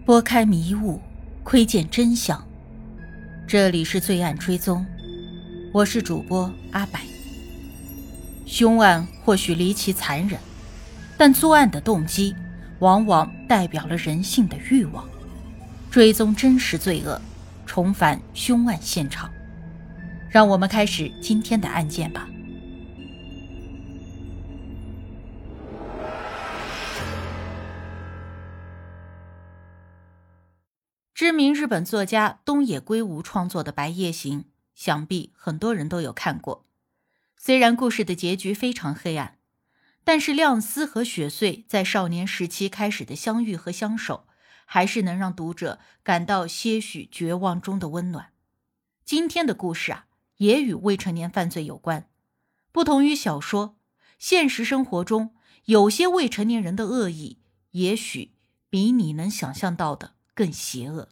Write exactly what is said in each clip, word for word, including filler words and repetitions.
拨开迷雾，窥见真相。这里是罪案追踪，我是主播阿柏。凶案或许离奇残忍，但作案的动机往往代表了人性的欲望。追踪真实罪恶，重返凶案现场。让我们开始今天的案件吧。知名日本作家东野圭吾创作的《白夜行》，想必很多人都有看过。虽然故事的结局非常黑暗，但是亮司和雪穗在少年时期开始的相遇和相守，还是能让读者感到些许绝望中的温暖。今天的故事啊，也与未成年犯罪有关。不同于小说，现实生活中有些未成年人的恶意，也许比你能想象到的更邪恶。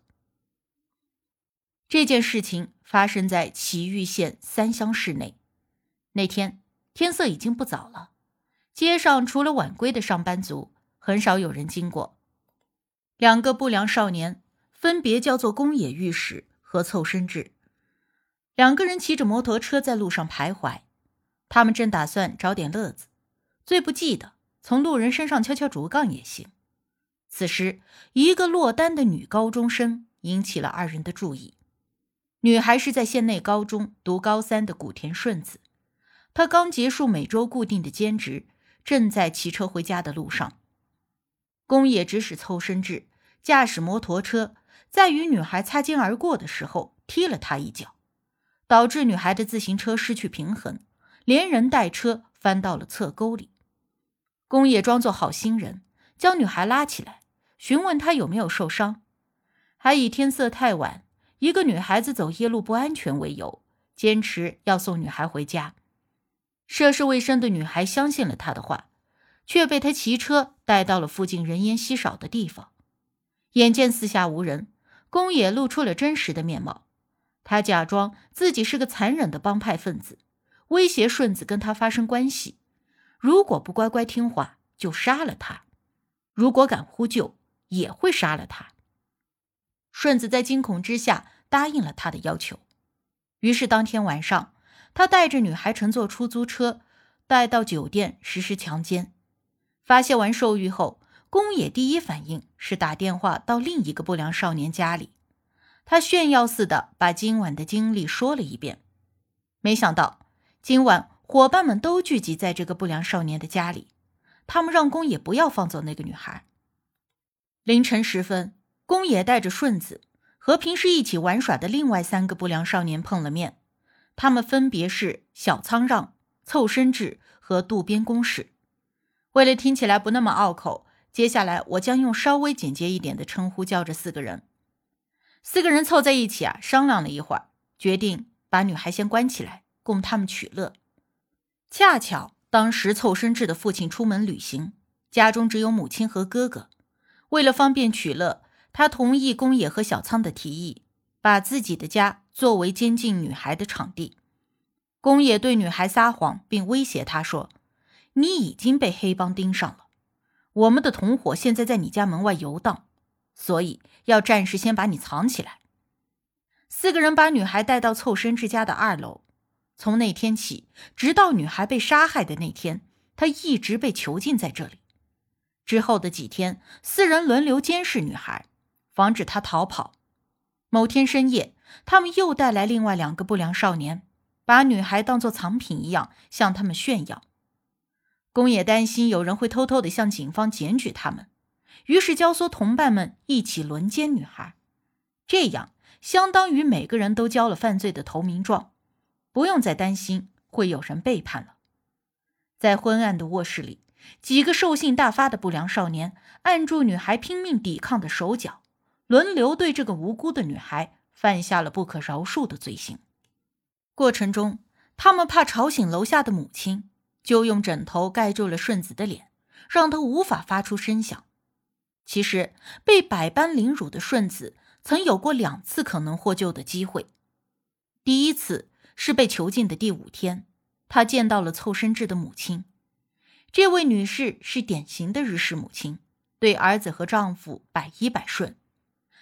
这件事情发生在埼玉县三乡市内。那天天色已经不早了，街上除了晚归的上班族，很少有人经过。两个不良少年分别叫做宫野御史和凑伸治，两个人骑着摩托车在路上徘徊。他们正打算找点乐子，最不济的从路人身上敲敲竹杠也行。此时一个落单的女高中生引起了二人的注意。女孩是在县内高中读高三的古田顺子，她刚结束每周固定的兼职，正在骑车回家的路上。宫野指使凑伸治驾驶摩托车，在与女孩擦肩而过的时候踢了她一脚，导致女孩的自行车失去平衡，连人带车翻到了侧沟里。宫野装作好心人，将女孩拉起来，询问她有没有受伤，还以天色太晚，一个女孩子走夜路不安全为由，坚持要送女孩回家。涉世未深的女孩相信了他的话，却被他骑车带到了附近人烟稀少的地方。眼见四下无人，宫野露出了真实的面貌。他假装自己是个残忍的帮派分子，威胁顺子跟他发生关系，如果不乖乖听话就杀了他，如果敢呼救也会杀了他。顺子在惊恐之下答应了他的要求。于是当天晚上，他带着女孩乘坐出租车带到酒店实施强奸。发泄完兽欲后，宫野第一反应是打电话到另一个不良少年家里。他炫耀似的把今晚的经历说了一遍。没想到今晚伙伴们都聚集在这个不良少年的家里，他们让宫野不要放走那个女孩。凌晨时分，宫野带着顺子和平时一起玩耍的另外三个不良少年碰了面，他们分别是小仓让、凑伸治和渡边公使。为了听起来不那么拗口，接下来我将用稍微简洁一点的称呼叫这四个人。四个人凑在一起啊，商量了一会儿，决定把女孩先关起来，供他们取乐。恰巧当时凑伸治的父亲出门旅行，家中只有母亲和哥哥。为了方便取乐，他同意宫野和小仓的提议，把自己的家作为监禁女孩的场地。宫野对女孩撒谎，并威胁她说，你已经被黑帮盯上了，我们的同伙现在在你家门外游荡，所以要暂时先把你藏起来。四个人把女孩带到凑伸治家的二楼。从那天起，直到女孩被杀害的那天，她一直被囚禁在这里。之后的几天，四人轮流监视女孩，防止她逃跑。某天深夜，他们又带来另外两个不良少年，把女孩当作藏品一样向他们炫耀。宫野担心有人会偷偷地向警方检举他们，于是教唆同伴们一起轮奸女孩。这样相当于每个人都交了犯罪的投名状，不用再担心会有人背叛了。在昏暗的卧室里，几个兽性大发的不良少年按住女孩拼命抵抗的手脚，轮流对这个无辜的女孩犯下了不可饶恕的罪行。过程中，他们怕吵醒楼下的母亲，就用枕头盖住了顺子的脸，让她无法发出声响。其实被百般凌辱的顺子曾有过两次可能获救的机会。第一次是被囚禁的第五天，她见到了凑伸治的母亲。这位女士是典型的日式母亲，对儿子和丈夫百依百顺，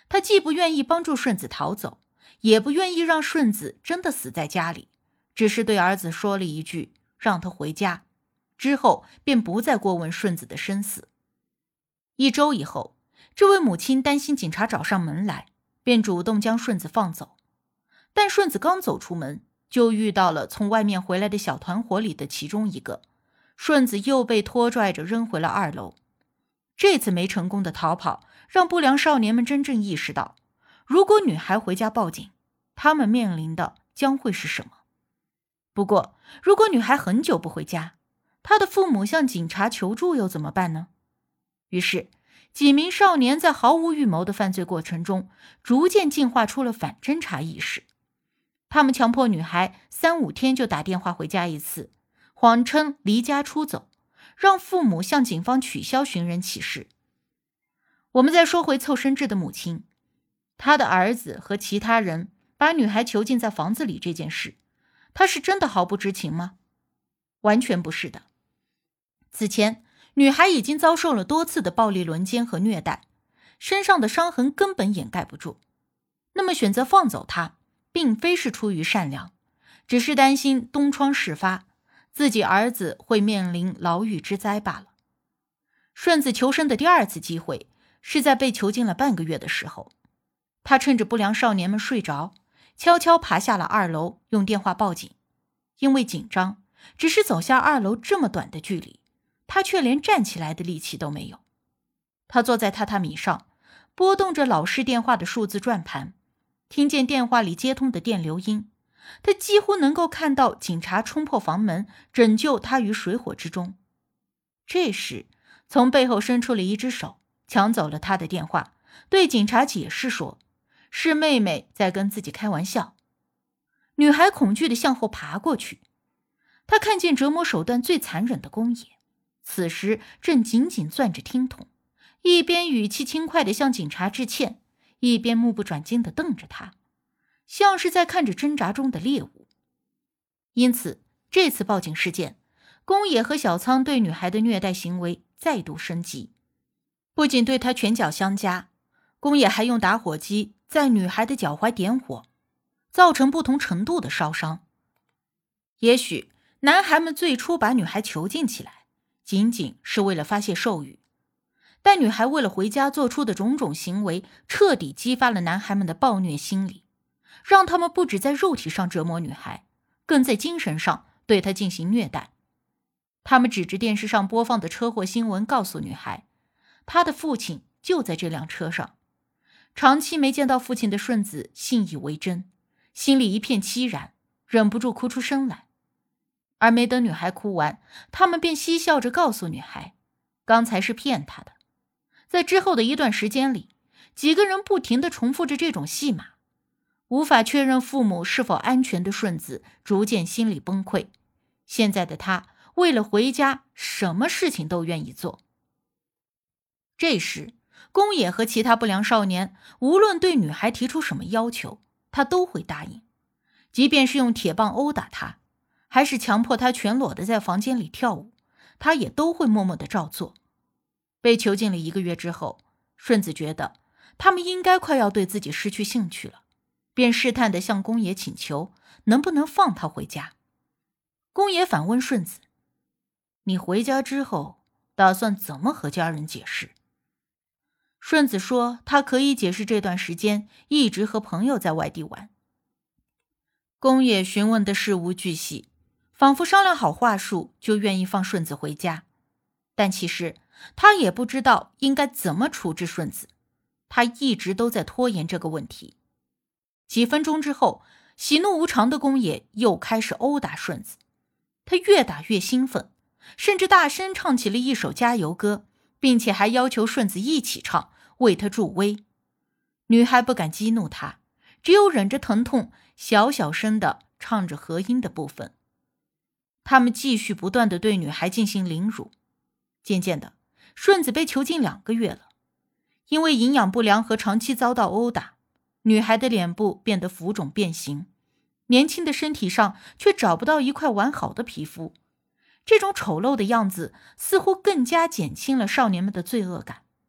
他既不愿意帮助顺子逃走，也不愿意让顺子真的死在家里，只是对儿子说了一句让他回家，之后便不再过问顺子的生死。一周以后，这位母亲担心警察找上门来，便主动将顺子放走。但顺子刚走出门，就遇到了从外面回来的小团伙里的其中一个，顺子又被拖拽着扔回了二楼。这次没成功的逃跑，让不良少年们真正意识到，如果女孩回家报警，他们面临的将会是什么。不过，如果女孩很久不回家，她的父母向警察求助又怎么办呢？于是，几名少年在毫无预谋的犯罪过程中，逐渐进化出了反侦查意识。他们强迫女孩三五天就打电话回家一次，谎称离家出走，让父母向警方取消寻人启事。我们再说回凑生智的母亲，她的儿子和其他人把女孩囚禁在房子里这件事，她是真的毫不知情吗？完全不是的。此前，女孩已经遭受了多次的暴力轮奸和虐待，身上的伤痕根本掩盖不住。那么选择放走她，并非是出于善良，只是担心东窗事发，自己儿子会面临牢狱之灾罢了。顺子求生的第二次机会是在被囚禁了半个月的时候，他趁着不良少年们睡着，悄悄爬下了二楼，用电话报警。因为紧张，只是走下二楼这么短的距离，他却连站起来的力气都没有。他坐在榻榻米上，拨动着老式电话的数字转盘，听见电话里接通的电流音，他几乎能够看到警察冲破房门，拯救他于水火之中。这时，从背后伸出了一只手，抢走了他的电话，对警察解释说，是妹妹在跟自己开玩笑。女孩恐惧地向后爬过去，她看见折磨手段最残忍的宫野，此时正紧紧攥着听筒，一边语气轻快地向警察致歉，一边目不转睛地瞪着他，像是在看着挣扎中的猎物。因此，这次报警事件，宫野和小仓对女孩的虐待行为再度升级，不仅对她拳脚相加，宫野还用打火机在女孩的脚踝点火，造成不同程度的烧伤。也许男孩们最初把女孩囚禁起来，仅仅是为了发泄兽欲，但女孩为了回家做出的种种行为，彻底激发了男孩们的暴虐心理，让他们不止在肉体上折磨女孩，更在精神上对她进行虐待。他们指着电视上播放的车祸新闻告诉女孩，她的父亲就在这辆车上。长期没见到父亲的顺子信以为真，心里一片凄然，忍不住哭出声来。而没等女孩哭完，他们便嬉笑着告诉女孩，刚才是骗她的。在之后的一段时间里，几个人不停地重复着这种戏码。无法确认父母是否安全的顺子逐渐心理崩溃，现在的他为了回家，什么事情都愿意做。这时，宫野和其他不良少年无论对女孩提出什么要求，他都会答应，即便是用铁棒殴打她，还是强迫她全裸的在房间里跳舞，他也都会默默的照做。被囚禁了一个月之后，顺子觉得他们应该快要对自己失去兴趣了，便试探地向宫野请求能不能放他回家。宫野反问顺子，你回家之后打算怎么和家人解释？顺子说他可以解释这段时间一直和朋友在外地玩。宫野询问的事无巨细，仿佛商量好话术就愿意放顺子回家，但其实他也不知道应该怎么处置顺子，他一直都在拖延这个问题。几分钟之后，喜怒无常的宫野又开始殴打顺子，他越打越兴奋，甚至大声唱起了一首加油歌，并且还要求顺子一起唱，为他助威。女孩不敢激怒他，只有忍着疼痛，小小声地唱着和音的部分。他们继续不断地对女孩进行凌辱。渐渐的，顺子被囚禁两个月了，因为营养不良和长期遭到殴打，女孩的脸部变得浮肿变形，年轻的身体上却找不到一块完好的皮肤。这种丑陋的样子似乎更加减轻了少年们的罪恶感。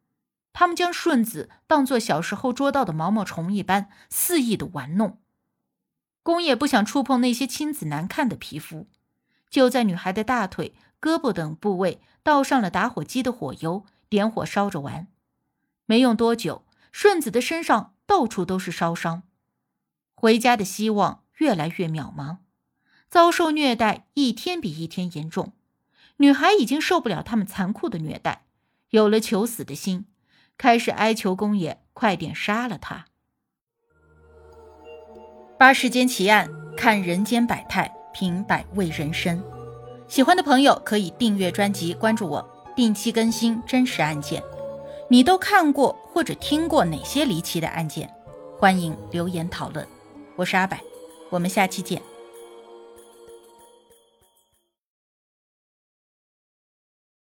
他们将顺子当作小时候捉到的毛毛虫一般肆意的玩弄。宫野不想触碰那些青紫难看的皮肤，就在女孩的大腿、胳膊等部位倒上了打火机的火油，点火烧着玩。没用多久，顺子的身上到处都是烧伤，回家的希望越来越渺茫，遭受虐待一天比一天严重。女孩已经受不了他们残酷的虐待，有了求死的心，开始哀求宫野快点杀了她。八世间奇案，看人间百态，品百味人生。喜欢的朋友可以订阅专辑，关注我，定期更新真实案件。你都看过或者听过哪些离奇的案件？欢迎留言讨论。我是阿柏，我们下期见。